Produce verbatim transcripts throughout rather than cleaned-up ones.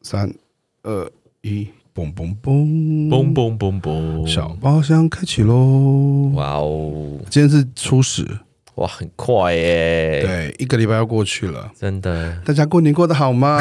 三二一，嘣嘣嘣， 嘣嘣嘣嘣， 小包厢开启喽！ 哇哦， 今天是初十， 哇，很快耶！ 对，一个礼拜要过去了， 真的。 大家过年过得好吗？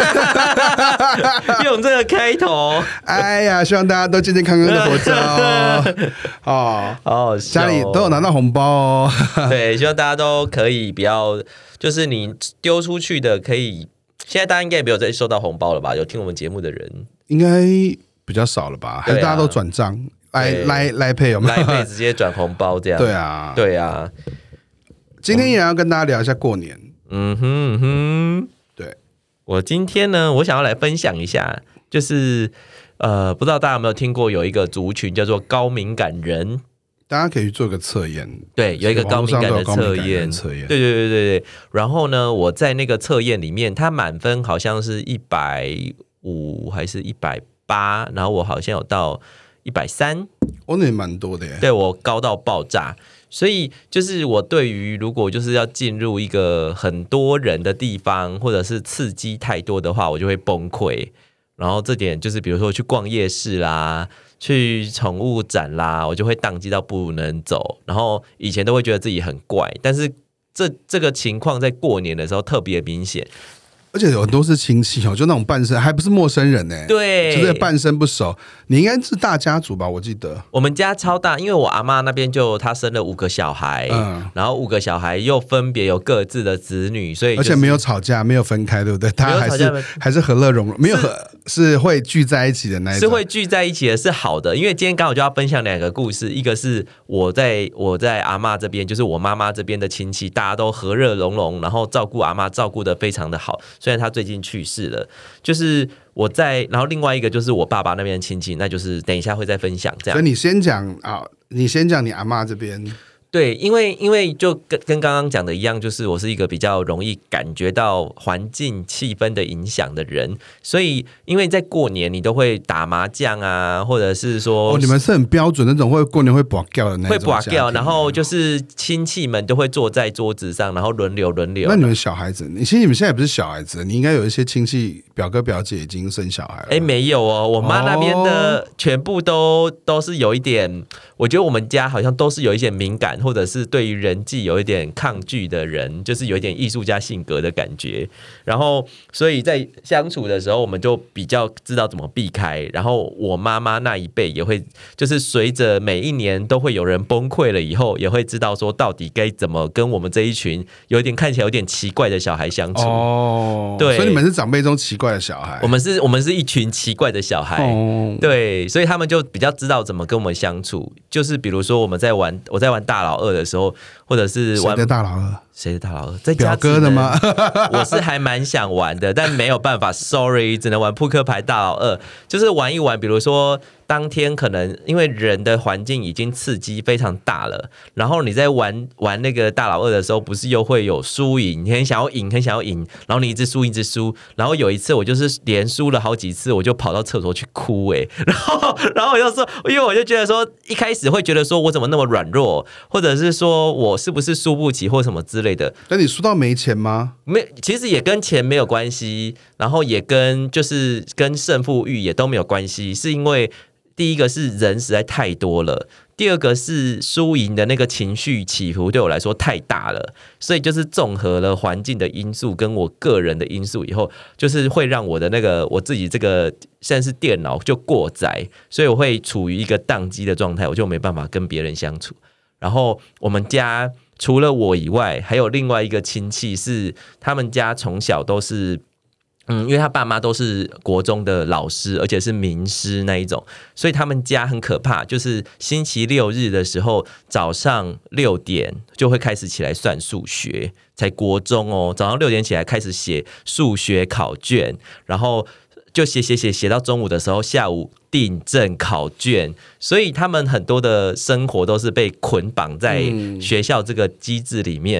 用这个开头， 哎呀，希望大家都健健康康的活着哦。哦， 好好笑哦， 家里都有拿到红包哦。 对，希望大家都可以不要，就是你丢出去的可以。现在大家应该也没有再收到红包了吧？有听我们节目的人， 应该比较少了吧？还是大家都转账来来来配有没有？ 来配直接转红包这样？ 对啊， 对啊。 今天也要跟大家聊一下过年。 嗯哼嗯哼， 对， 我今天呢，我想要来分享一下，就是呃，不知道大家有没有听过有一个族群叫做高敏感人。 大家可以去做个测验， 对，有一个高敏感的测验， 测验， 对对对对对。然后呢，我在那个测验里面，它满分好像是一百五还是一百八，然后我好像有到一百三， 哦，那也蛮多的耶。 对，我高到爆炸。所以就是我对于如果就是要进入一个很多人的地方，或者是刺激太多的话，我就会崩溃。然后这点就是比如说去逛夜市啦，去宠物展啦，我就会宕机到不能走。然后以前都会觉得自己很怪，但是这这个情况在过年的时候特别明显。 而且有很多是亲戚哦，就那种半生，还不是陌生人呢。 对， 就是半生不熟。你应该是大家族吧？我记得我们家超大，因为我阿嬷那边就她生了五个小孩，嗯，然后五个小孩又分别有各自的子女，所以、就是、 而且没有吵架，没有分开，对不对？大家还是还是和乐融融，没有和是会聚在一起的那一种， 是会聚在一起的，是好的。因为今天刚好就要分享两个故事，一个是我在我在阿嬷这边，就是我妈妈这边的亲戚，大家都和乐融融，然后照顾阿嬷照顾得非常的好。虽然她最近去世了，就是我在，然后另外一个就是我爸爸那边的亲戚，那就是等一下会再分享这样。 所以你先讲啊，你先讲你阿嬷这边。 对，因为因为就跟跟刚刚讲的一样，就是我是一个比较容易感觉到环境气氛的影响的人，所以因为在过年你都会打麻将啊，或者是说哦，你们是很标准那种会过年会拔掉的那种， 会拔掉，然后就是亲戚们都会坐在桌子上，然后轮流轮流。 那你们小孩子，你其实你们现在也不是小孩子，你应该有一些亲戚表哥表姐已经生小孩了。 哎，没有哦，我妈那边的全部都都是有一点，我觉得我们家好像都是有一些敏感。或者是对于人际有一点抗拒的人，就是有一点艺术家性格的感觉，然后所以在相处的时候，我们就比较知道怎么避开。然后我妈妈那一辈也会，就是随着每一年都会有人崩溃了以后，也会知道说到底该怎么跟我们这一群有一点看起来有点奇怪的小孩相处。 哦， 对， 所以你们是长辈中奇怪的小孩， 我们是，我们是一群奇怪的小孩。哦，对，所以他们就比较知道怎么跟我们相处。就是比如说我们在玩，我在玩大老二的时候，或者是玩谁的大老二？ 谁的大老二？在家表哥的吗？ 我是还蛮想玩的，但没有办法 ，sorry， 只能玩扑克牌大老二，就是玩一玩。比如说当天可能因为人的环境已经刺激非常大了，然后你在玩玩那个大老二的时候，不是又会有输赢？你很想要赢，很想要赢，然后你一直输，一直输。然后有一次我就是连输了好几次，我就跑到厕所去哭哎、欸，然后然后我就说，因为我就觉得说，一开始会觉得说我怎么那么软弱，或者是说我是不是输不起或什么之类的。 那你输到没钱吗？ 没，其实也跟钱没有关系，然后也跟就是跟胜负欲也都没有关系，是因为第一个是人实在太多了，第二个是输赢的那个情绪起伏对我来说太大了，所以就是综合了环境的因素跟我个人的因素以后，就是会让我的那个我自己这个现在是电脑就过载，所以我会处于一个宕机的状态，我就没办法跟别人相处。然后我们家除了我以外，还有另外一个亲戚是他们家从小都是，嗯，因为他爸妈都是国中的老师，而且是名师那一种，所以他们家很可怕，就是星期六日的时候早上六点就会开始起来算数学，才国中哦，早上六点起来开始写数学考卷，然后就写写写写到中午的时候，下午订正考卷，所以他们很多的生活都是被捆绑在学校这个机制里面。嗯，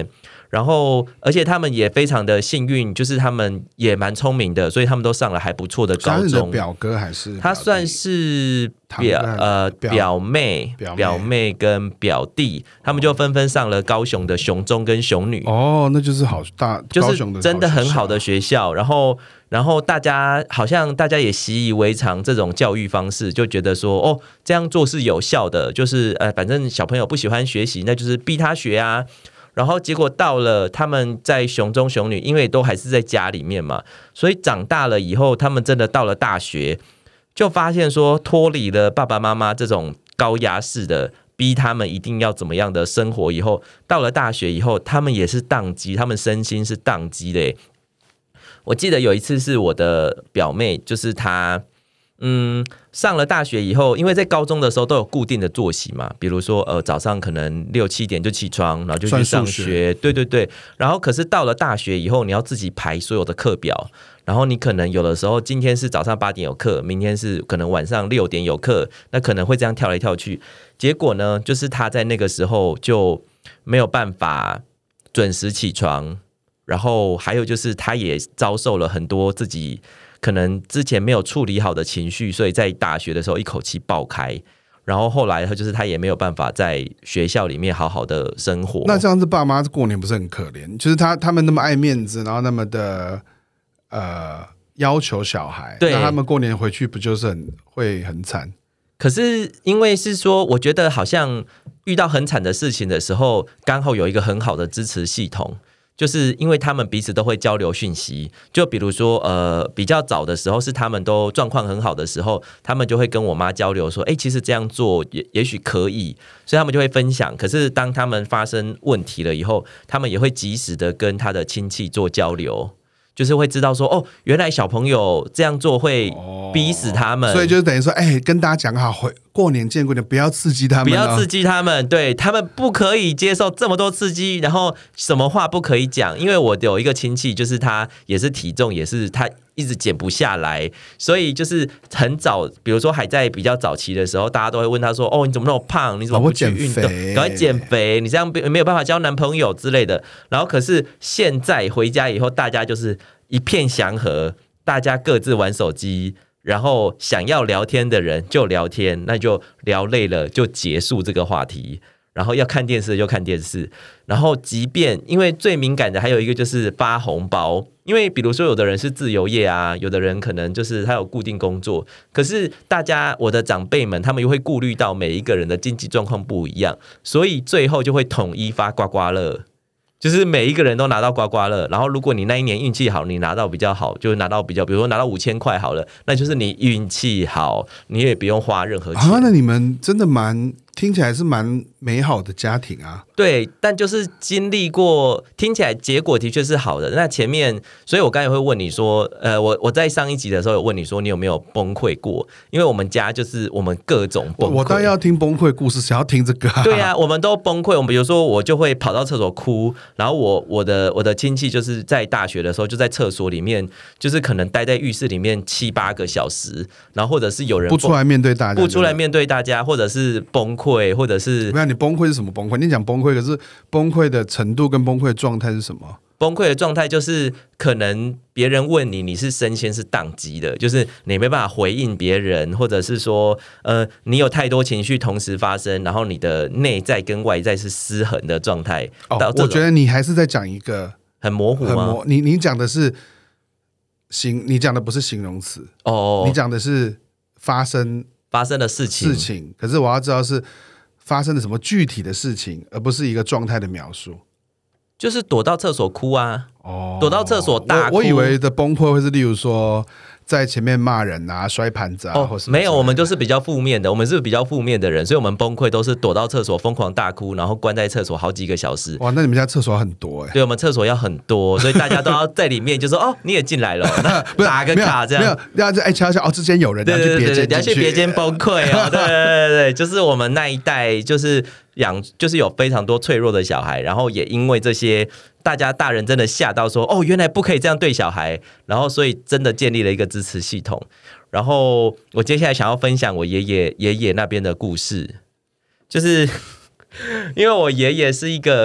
然后而且他们也非常的幸运，就是他们也蛮聪明的，所以他们都上了还不错的高中。 他是你的表哥还是表弟？ 他算是表呃表表妹表妹表妹跟表弟，他们就纷纷上了高雄的雄中跟雄女。 哦，那就是好大， 就是真的很好的学校。然后然后大家好像大家也习以为常这种教育方式，就觉得说哦这样做是有效的，就是呃反正小朋友不喜欢学习，那就是逼他学啊。然后结果到了他们在雄中雄女，因为都还是在家里面嘛，所以长大了以后，他们真的到了大学，就发现说脱离了爸爸妈妈这种高压式的逼他们一定要怎么样的生活以后，到了大学以后，他们也是宕机，他们身心是宕机的耶。我记得有一次是我的表妹，就是她嗯，上了大学以后，因为在高中的时候都有固定的作息嘛，比如说呃早上可能六七点就起床，然后就去上学，对对对。然后可是到了大学以后，你要自己排所有的课表，然后你可能有的时候今天是早上八点有课，明天是可能晚上六点有课，那可能会这样跳来跳去。结果呢，就是他在那个时候就没有办法准时起床，然后还有就是他也遭受了很多自己可能之前没有处理好的情绪，所以在大学的时候一口气爆开，然后后来就是他也没有办法在学校里面好好的生活。 那这样子爸妈过年不是很可怜？就是他他们那么爱面子，然后那么的呃要求小孩，对，那他们过年回去不就是很会很惨？ 可是因为是说，我觉得好像遇到很惨的事情的时候，刚好有一个很好的支持系统。就是因为他们彼此都会交流讯息，就比如说呃比较早的时候是他们都状况很好的时候，他们就会跟我妈交流说，哎，其实这样做也也许可以，所以他们就会分享。可是当他们发生问题了以后，他们也会及时的跟他的亲戚做交流，就是会知道说，哦，原来小朋友这样做会逼死他们， 哦、所以就等于说，哎，跟大家讲好，回过年见过年，不要刺激他们、哦， 不要刺激他们，对他们不可以接受这么多刺激，然后什么话不可以讲。因为我有一个亲戚，就是他也是体重也是他一直减不下来，所以就是很早，比如说还在比较早期的时候，大家都会问他说，哦，你怎么那么胖？你怎么不去运动？赶快减肥，你这样没有办法交男朋友之类的。然后可是现在回家以后，大家就是一片祥和，大家各自玩手机，然后想要聊天的人就聊天，那就聊累了就结束这个话题，然后要看电视就看电视。然后即便因为最敏感的还有一个就是发红包，因为比如说有的人是自由业啊，有的人可能就是他有固定工作，可是大家我的长辈们他们又会顾虑到每一个人的经济状况不一样，所以最后就会统一发刮刮乐，就是每一个人都拿到刮刮乐，然后如果你那一年运气好，你拿到比较好，就拿到比较，比如说拿到五千块好了，那就是你运气好，你也不用花任何钱。 啊，那你们真的蛮听起来是蛮美好的家庭啊。 对，但就是经历过，听起来结果的确是好的。那前面，所以我刚才会问你说，呃，我我在上一集的时候有问你说，你有没有崩溃过？因为我们家就是我们各种崩溃。 我, 我当然要听崩溃故事，想要听这个、啊。 对啊，我们都崩溃。我们比如说，我就会跑到厕所哭，然后我我的我的亲戚就是在大学的时候就在厕所里面，就是可能待在浴室里面七八个小时，然后或者是有人不出来面对大家， 不出来面对大家，或者是崩溃，或者是没有你崩溃是什么崩溃？你讲崩溃。可是崩溃的程度跟崩溃的状态是什么？ 崩溃的状态就是可能别人问你，你是身心是宕机的，就是你没办法回应别人，或者是说，呃，你有太多情绪同时发生，然后你的内在跟外在是失衡的状态。 哦，我觉得你还是在讲一个很模糊吗？ 很模你你讲的是形，你讲的不是形容词哦，你讲的是发生发生的事情事情。可是我要知道是发生了什么具体的事情，而不是一个状态的描述。 就是躲到厕所哭啊，哦，躲到厕所大哭。 我, 我以为的崩溃会是例如说在前面骂人啊、摔盘子啊，哦、或是没有，我们都是比较负面的，我们是比较负面的人，所以我们崩溃都是躲到厕所疯狂大哭，然后关在厕所好几个小时。 哇，那你们家厕所很多哎、欸？ 对，我们厕所要很多，所以大家都要在里面就说哦，你也进来了，打个卡这样。 没有，要哎敲敲哦，之间有人， 对对对对， 你要去别间崩溃哦，对对对对，就是我们那一代就是养，就是有非常多脆弱的小孩，然后也因为这些。大家大人真的吓到说哦，原来不可以这样对小孩，然后所以真的建立了一个支持系统。然后我接下来想要分享我爷爷爷爷那边的故事，就是因为我爷爷是一个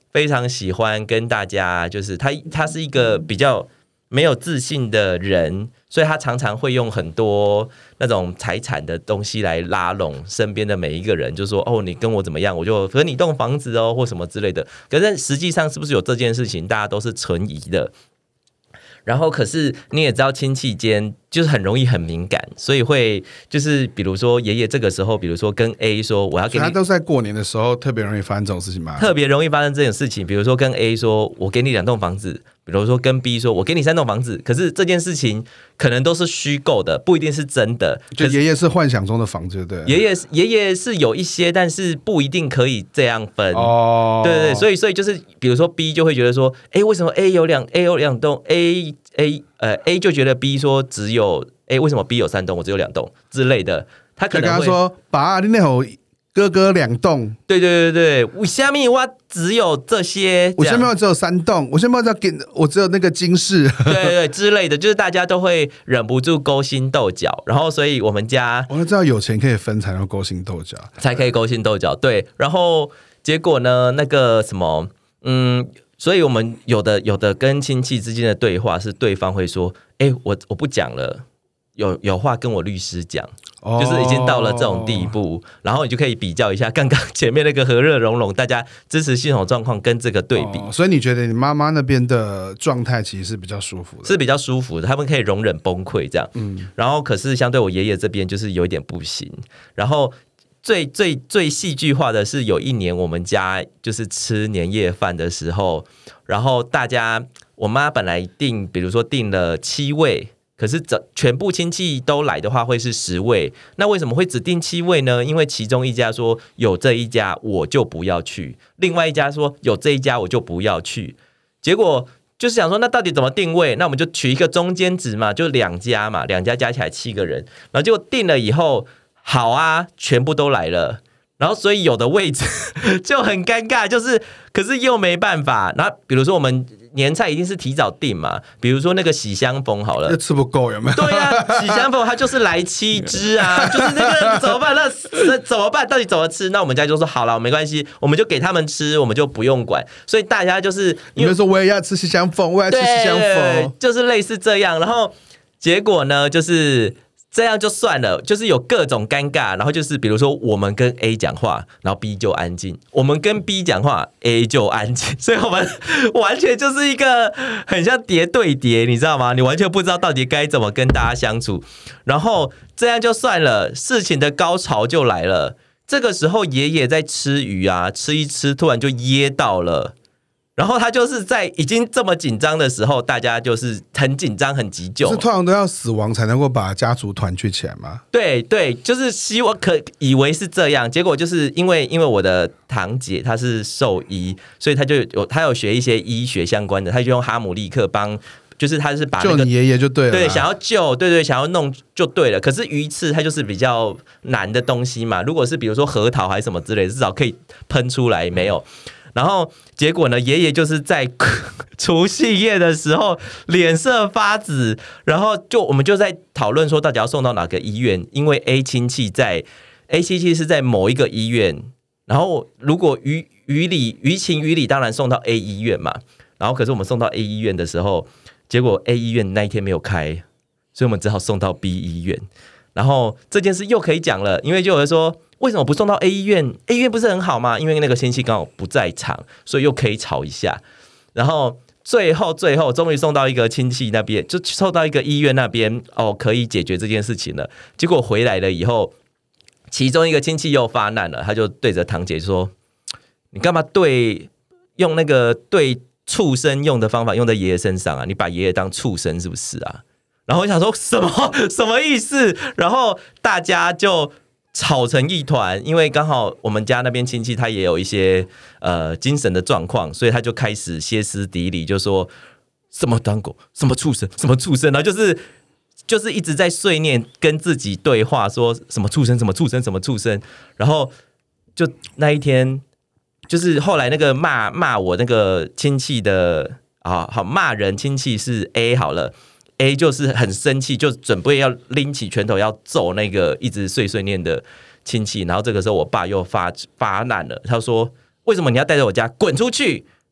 非常喜欢跟大家，就是他他是一个比较没有自信的人，所以他常常会用很多那种财产的东西来拉拢身边的每一个人，就说哦，你跟我怎么样，我就和你栋房子哦，或什么之类的。可是实际上是不是有这件事情，大家都是存疑的。然后，可是你也知道，亲戚间就是很容易很敏感，所以会就是比如说爷爷这个时候，比如说跟 A 说我要给你， 他都是在过年的时候特别容易发生这种事情吗？ 特别容易发生这种事情，比如说跟 A 说我给你两栋房子，比如说跟 B 说我给你三栋房子，可是这件事情可能都是虚构的，不一定是真的。 就爷爷是幻想中的房子，对， 爷爷爷爷是有一些，但是不一定可以这样分。 哦， 对对对，所以所以就是比如说 B 就会觉得说，哎，为什么 A 有两 A 有两栋 A A 呃 A 就觉得 B 说只有 A 为什么 B 有三栋我只有两栋之类的，他可能会跟他说爸，你那有哥哥两栋， 对对对对，我下面我只有这些， 我下面只有三栋，我下面只给我只有那个金饰， 对对对之类的，就是大家都会忍不住勾心斗角，然后所以我们家我们知道有钱可以分才能勾心斗角， 才可以勾心斗角，对，然后结果呢，那个什么，嗯。所以我们有的有的跟亲戚之间的对话是对方会说，哎，我我不讲了，有有话跟我律师讲，哦，就是已经到了这种地步，然后你就可以比较一下刚刚前面那个和乐融融，大家支持系统状况跟这个对比，哦， 所以你觉得你妈妈那边的状态其实是比较舒服的， 是比较舒服的，他们可以容忍崩溃这样，嗯，然后可是相对我爷爷这边就是有一点不行，然后。最最最戏剧化的是，有一年我们家就是吃年夜饭的时候，然后大家我妈本来订，比如说订了七位，可是全部亲戚都来的话会是十位，那为什么会只订七位呢？因为其中一家说有这一家我就不要去，另外一家说有这一家我就不要去，结果就是想说那到底怎么定位？那我们就取一个中间值嘛，就两家嘛，两家加起来七个人，然后结果定了以后。好啊，全部都来了，然后所以有的位置就很尴尬，就是可是又没办法。然后比如说我们年菜一定是提早订嘛，比如说那个喜相逢好了， 吃不够有没有？ 对啊，喜相逢它就是来七只啊，就是那个怎么办？那那怎么办？到底怎么吃？那我们家就说好了，没关系，我们就给他们吃，我们就不用管。所以大家就是你们说我也要吃喜相逢，我也要吃喜相逢， 就是类似这样。然后结果呢，就是。这样就算了，就是有各种尴尬，然后就是比如说我们跟 A 讲话，然后 B 就安静；我们跟 B 讲话 ，A 就安静，所以我们完全就是一个很像叠对叠，你知道吗？你完全不知道到底该怎么跟大家相处。然后这样就算了，事情的高潮就来了。这个时候爷爷在吃鱼啊，吃一吃，突然就噎到了。然后他就是在已经这么紧张的时候，大家就是很紧张、很急救。 是通常都要死亡才能够把家族团聚起来吗？ 对对，就是希望可以为是这样，结果就是因为因为我的堂姐她是兽医，所以她就有她有学一些医学相关的，她就用哈姆立克帮。就是他是把那个救你爷爷就对了， 对，想要救，对对，想要弄就对了。可是鱼刺它就是比较难的东西嘛，如果是比如说核桃还是什么之类的，至少可以喷出来，没有。然后结果呢，爷爷就是在除夕夜的时候脸色发紫，然后就我们就在讨论说到底要送到哪个医院，因为 A 亲戚在 A 亲戚是在某一个医院，然后如果于于理于情于理当然送到 A 医院嘛，然后可是我们送到 A 医院的时候。结果 A 医院那一天没有开，所以我们只好送到 B 医院。然后这件事又可以讲了，因为就有人说为什么不送到 A 医院 ？A 医院不是很好吗？因为那个亲戚刚好不在场，所以又可以吵一下。然后最后最后终于送到一个亲戚那边，就送到一个医院那边哦，可以解决这件事情了。结果回来了以后，其中一个亲戚又发难了，他就对着堂姐说：“你干嘛对用那个对？”畜生用的方法用在爷爷身上啊！你把爷爷当畜生是不是啊？然后我想说什么什么意思？然后大家就吵成一团，因为刚好我们家那边亲戚他也有一些呃精神的状况，所以他就开始歇斯底里，就说什么当狗，什么畜生，什么畜生，然后就是就是一直在碎念，跟自己对话，说什么畜生，什么畜生，什么畜生，然后就那一天。就是后来那个骂骂我那个亲戚的啊，好骂人亲戚是 A 好了 ，A 就是很生气，就准备要拎起拳头要揍那个一直碎碎念的亲戚，然后这个时候我爸又发发难了，他说：“为什么你要带着我家滚出去？”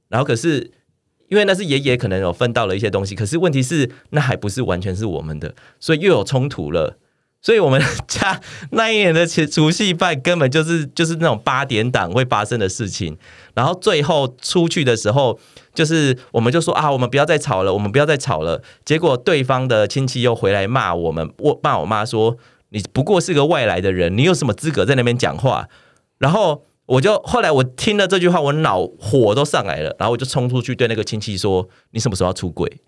然后可是因为那是爷爷可能有分到了一些东西，可是问题是那还不是完全是我们的，所以又有冲突了。所以我们家那一年的除夕饭根本就是就是那种八点档会发生的事情，然后最后出去的时候，就是我们就说啊，我们不要再吵了，我们不要再吵了。结果对方的亲戚又回来骂我们，我骂我妈说，你不过是个外来的人，你有什么资格在那边讲话？然后我就后来我听了这句话，我脑火都上来了，然后我就冲出去对那个亲戚说：“你什么时候要出柜？”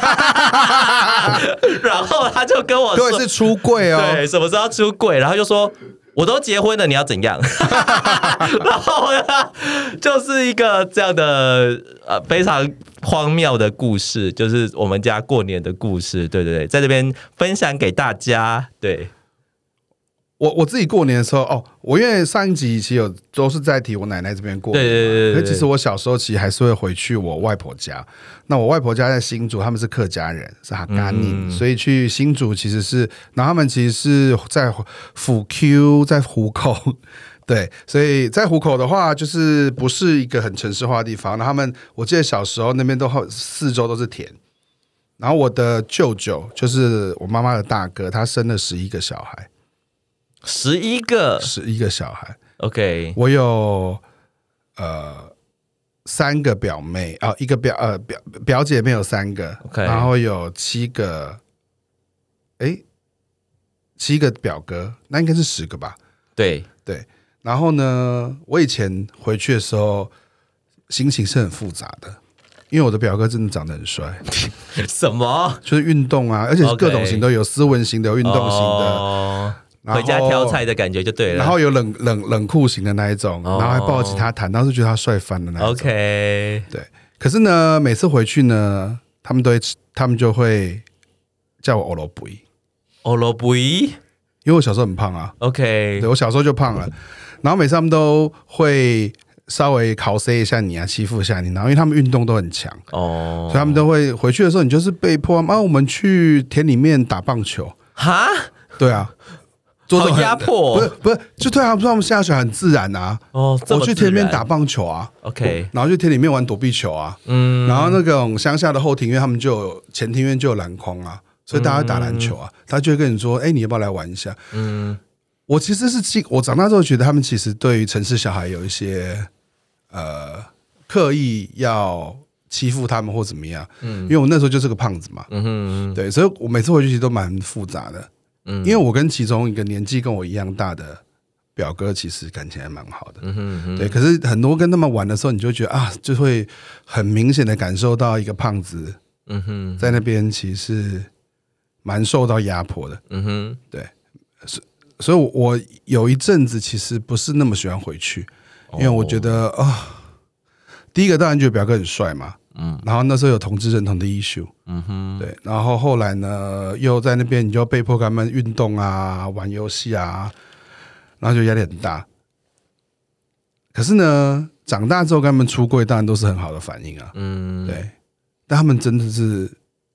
然后他就跟我说：“ 对，是出柜哦， 对，什么时候要出柜？”然后就说：“我都结婚了，你要怎样？”然后就是一个这样的呃非常荒谬的故事，就是我们家过年的故事。对对对，在这边分享给大家。对。 我我自己过年的时候，哦，我因为上一集其实有都是在提我奶奶这边过年嘛， 对对对对对。 其实我小时候其实还是会回去我外婆家。那我外婆家在新竹，他们是客家人，是哈嘎宁、嗯，所以去新竹其实是，然后他们其实是在府 Q， 在湖口，对，所以在湖口的话，就是不是一个很城市化的地方。那他们，我记得小时候那边都四周都是田。然后我的舅舅就是我妈妈的大哥，他生了十一个小孩。 十一个， 十一个小孩。 OK， 我有呃三个表妹啊、哦，一个表呃表表姐妹有三个 ，OK， 然后有七个，哎，七个表哥，那应该是十个吧？ 对对。然后呢，我以前回去的时候心情是很复杂的，因为我的表哥真的长得很帅。 什么？ 就是运动啊，而且是各种型都有， okay， 斯文型的，有运动型的。 哦，回家挑菜的感觉就对了， 然后有冷冷冷酷型的那一种，哦、然后还抱着吉他弹，当时觉得他帅翻的那一种。 OK， 对。可是呢，每次回去呢，他们都会，他们就会叫我欧罗布伊， 欧罗布伊， 因为我小时候很胖啊。 OK， 对，我小时候就胖了，然后每次他们都会稍微考 C 一下你啊，欺负一下你，然后因为他们运动都很强哦，所以他们都会回去的时候，你就是被迫啊，我们去田里面打棒球哈， 对啊。 好压迫、哦， 不是不是，就对他们说他们下雪很自然啊。哦，我去田里面打棒球啊 ，OK， 然后去田里面玩躲避球啊，嗯，然后那种乡下的后庭院，他们就有前庭院就有篮筐啊，所以大家打篮球啊，嗯、他就会跟你说，哎、欸，你要不要来玩一下？嗯，我其实是我长大之后觉得他们其实对于城市小孩有一些呃刻意要欺负他们或怎么样，嗯，因为我那时候就是个胖子嘛，嗯哼嗯哼，对，所以我每次回去其实都蛮复杂的。嗯、因为我跟其中一个年纪跟我一样大的表哥，其实感情还蛮好的，嗯哼嗯哼，对。可是很多跟他们玩的时候，你就觉得啊，就会很明显的感受到一个胖子，嗯哼，在那边其实蛮受到压迫的，嗯哼，对。所以，我有一阵子其实不是那么喜欢回去，因为我觉得啊、哦，第一个当然觉得表哥很帅嘛。嗯，然后那时候有同志认同的 issue， 嗯哼，对，然后后来呢，又在那边你就被迫跟他们运动啊、玩游戏啊，然后就压力很大。可是呢，长大之后跟他们出柜，当然都是很好的反应啊，嗯，对，但他们真的是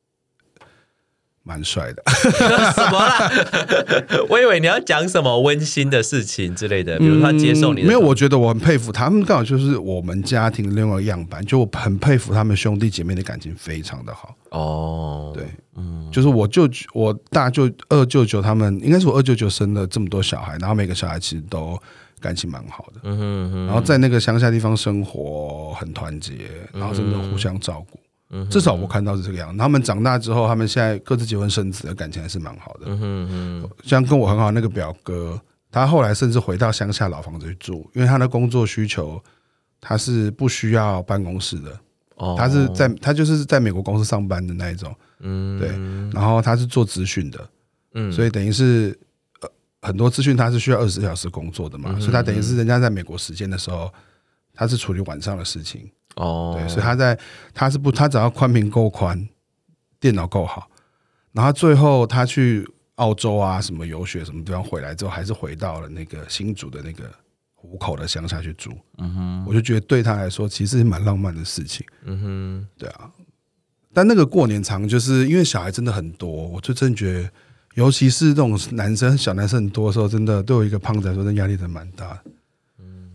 蛮帅的。 什么啦？我以为你要讲什么温馨的事情之类的，比如他接受你的、嗯。 没有，我觉得我很佩服他们，刚好就是我们家庭的另外一个样板，就我很佩服他们兄弟姐妹的感情非常的好。哦，对，嗯，就是我舅我大舅二舅舅他们，应该是我二舅舅生了这么多小孩，然后每个小孩其实都感情蛮好的。嗯哼嗯哼，然后在那个乡下地方生活很团结，然后真的互相照顾。嗯、至少我看到是这个样子。他们长大之后，他们现在各自结婚生子的感情还是蛮好的。嗯哼嗯，像跟我很好那个表哥，他后来甚至回到乡下老房子去住，因为他的工作需求，他是不需要办公室的。哦，他是在他就是在美国公司上班的那一种。嗯，对。然后他是做资讯的，嗯，所以等于是、呃、很多资讯他是需要二十四小时工作的嘛，嗯、所以他等于是人家在美国时间的时候，他是处理晚上的事情。哦，对，所以他在他是不，他只要宽屏够宽，电脑够好，然后最后他去澳洲啊，什么游学什么地方回来之后，还是回到了那个新竹的那个湖口的乡下去住。嗯哼，我就觉得对他来说，其实是蛮浪漫的事情。嗯哼，对啊。但那个过年长，就是因为小孩真的很多，我就真的觉得，尤其是这种男生小男生很多的时候，真的对我一个胖子来说，真的压力真的蛮大的。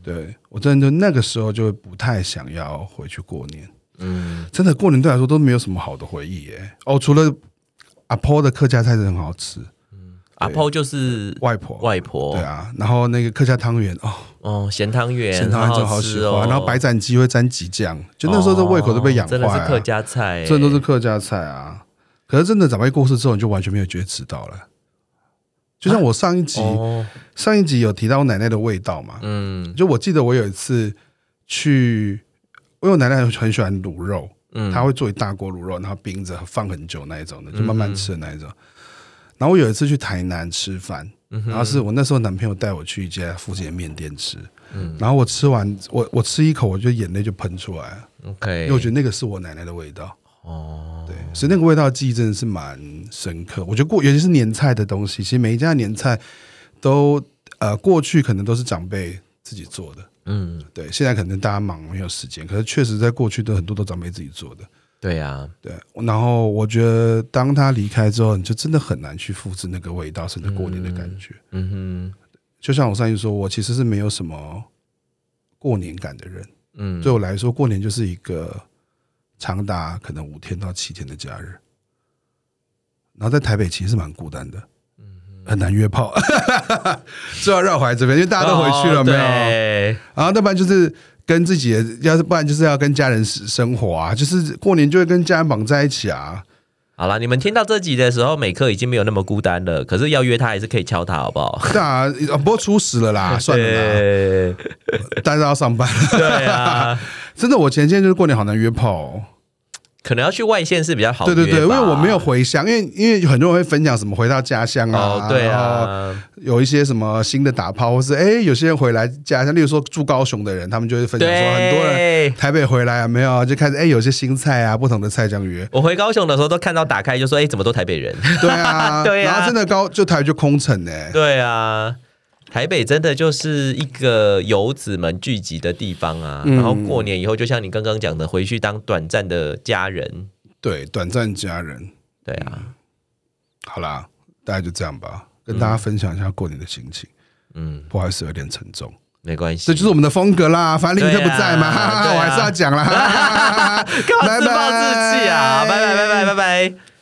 对我真的就那个时候就不太想要回去过年。嗯，真的过年对我来说都没有什么好的回忆耶。哦，除了阿婆的客家菜是很好吃。 嗯，阿婆就是外婆， 外婆。 对啊，然后那个客家汤圆哦， 哦，咸汤圆， 咸汤圆真好喜欢。 哦、 然后白斩鸡会沾鸡酱，就那时候的胃口都被养坏、啊哦。 真的是客家菜， 真的都是客家菜啊。可是真的长辈过世之后，你就完全没有觉得迟到了。就像我上一集、啊哦、上一集有提到我奶奶的味道嘛，嗯，就我记得我有一次去。因为我奶奶很喜欢卤肉，嗯，她会做一大锅卤肉，然后冰着放很久那一种的，就慢慢吃的那一种。嗯、然后我有一次去台南吃饭，嗯、然后是我那时候男朋友带我去一家附近的面店吃，嗯，然后我吃完，我我吃一口，我就眼泪就喷出来了 ，OK， 因为我觉得那个是我奶奶的味道，哦，对，所以那个味道的记忆真的是蛮深刻。我觉得过，尤其是年菜的东西，其实每一家年菜都呃过去可能都是长辈自己做的。嗯，对，现在可能大家忙没有时间，可是确实在过去都很多都长辈自己做的。 对啊， 对。然后我觉得当他离开之后，你就真的很难去复制那个味道，甚至过年的感觉。嗯, 嗯哼，就像我上次说，我其实是没有什么过年感的人。嗯，对我来说，过年就是一个长达可能五天到七天的假日。然后在台北其实是蛮孤单的。很难约炮，就要绕回来这边，因为大家都回去了，哦、没有。然后要不然就是跟自己的，要是不然就是要跟家人生活啊，就是过年就会跟家人绑在一起啊。 好啦，你们听到这集的时候，美克已经没有那么孤单了，可是要约他还是可以敲他，好不好？ 对啊，不过初十了啦，算了啦，大家要上班了。 对啊， 真的，我前几天就是过年好难约炮、哦。 可能要去外县市比较好约吧。 对对对，因为我没有回乡，因为因为很多人会分享什么回到家乡啊， 哦、对啊， 有一些什么新的打炮，或是哎有些人回来家乡，例如说住高雄的人，他们就会分享说很多人台北回来啊，没有就开始哎有些新菜啊，不同的菜这样约。 我回高雄的时候都看到打开就说哎怎么都台北人？ 对啊，对啊，然后真的高就台北就空城哎、欸。 对啊。台北真的就是一个游子们聚集的地方啊，嗯、然后过年以后，就像你刚刚讲的，回去当短暂的家人。 对，短暂家人。 对啊、嗯， 好啦，大概就这样吧，跟大家分享一下过年的心情。嗯，不好意思，有点沉重， 没关系， 这就是我们的风格啦。反正林特不在嘛，啊啊、我还是要讲啦。 干嘛自暴自弃啊？拜拜拜拜拜拜。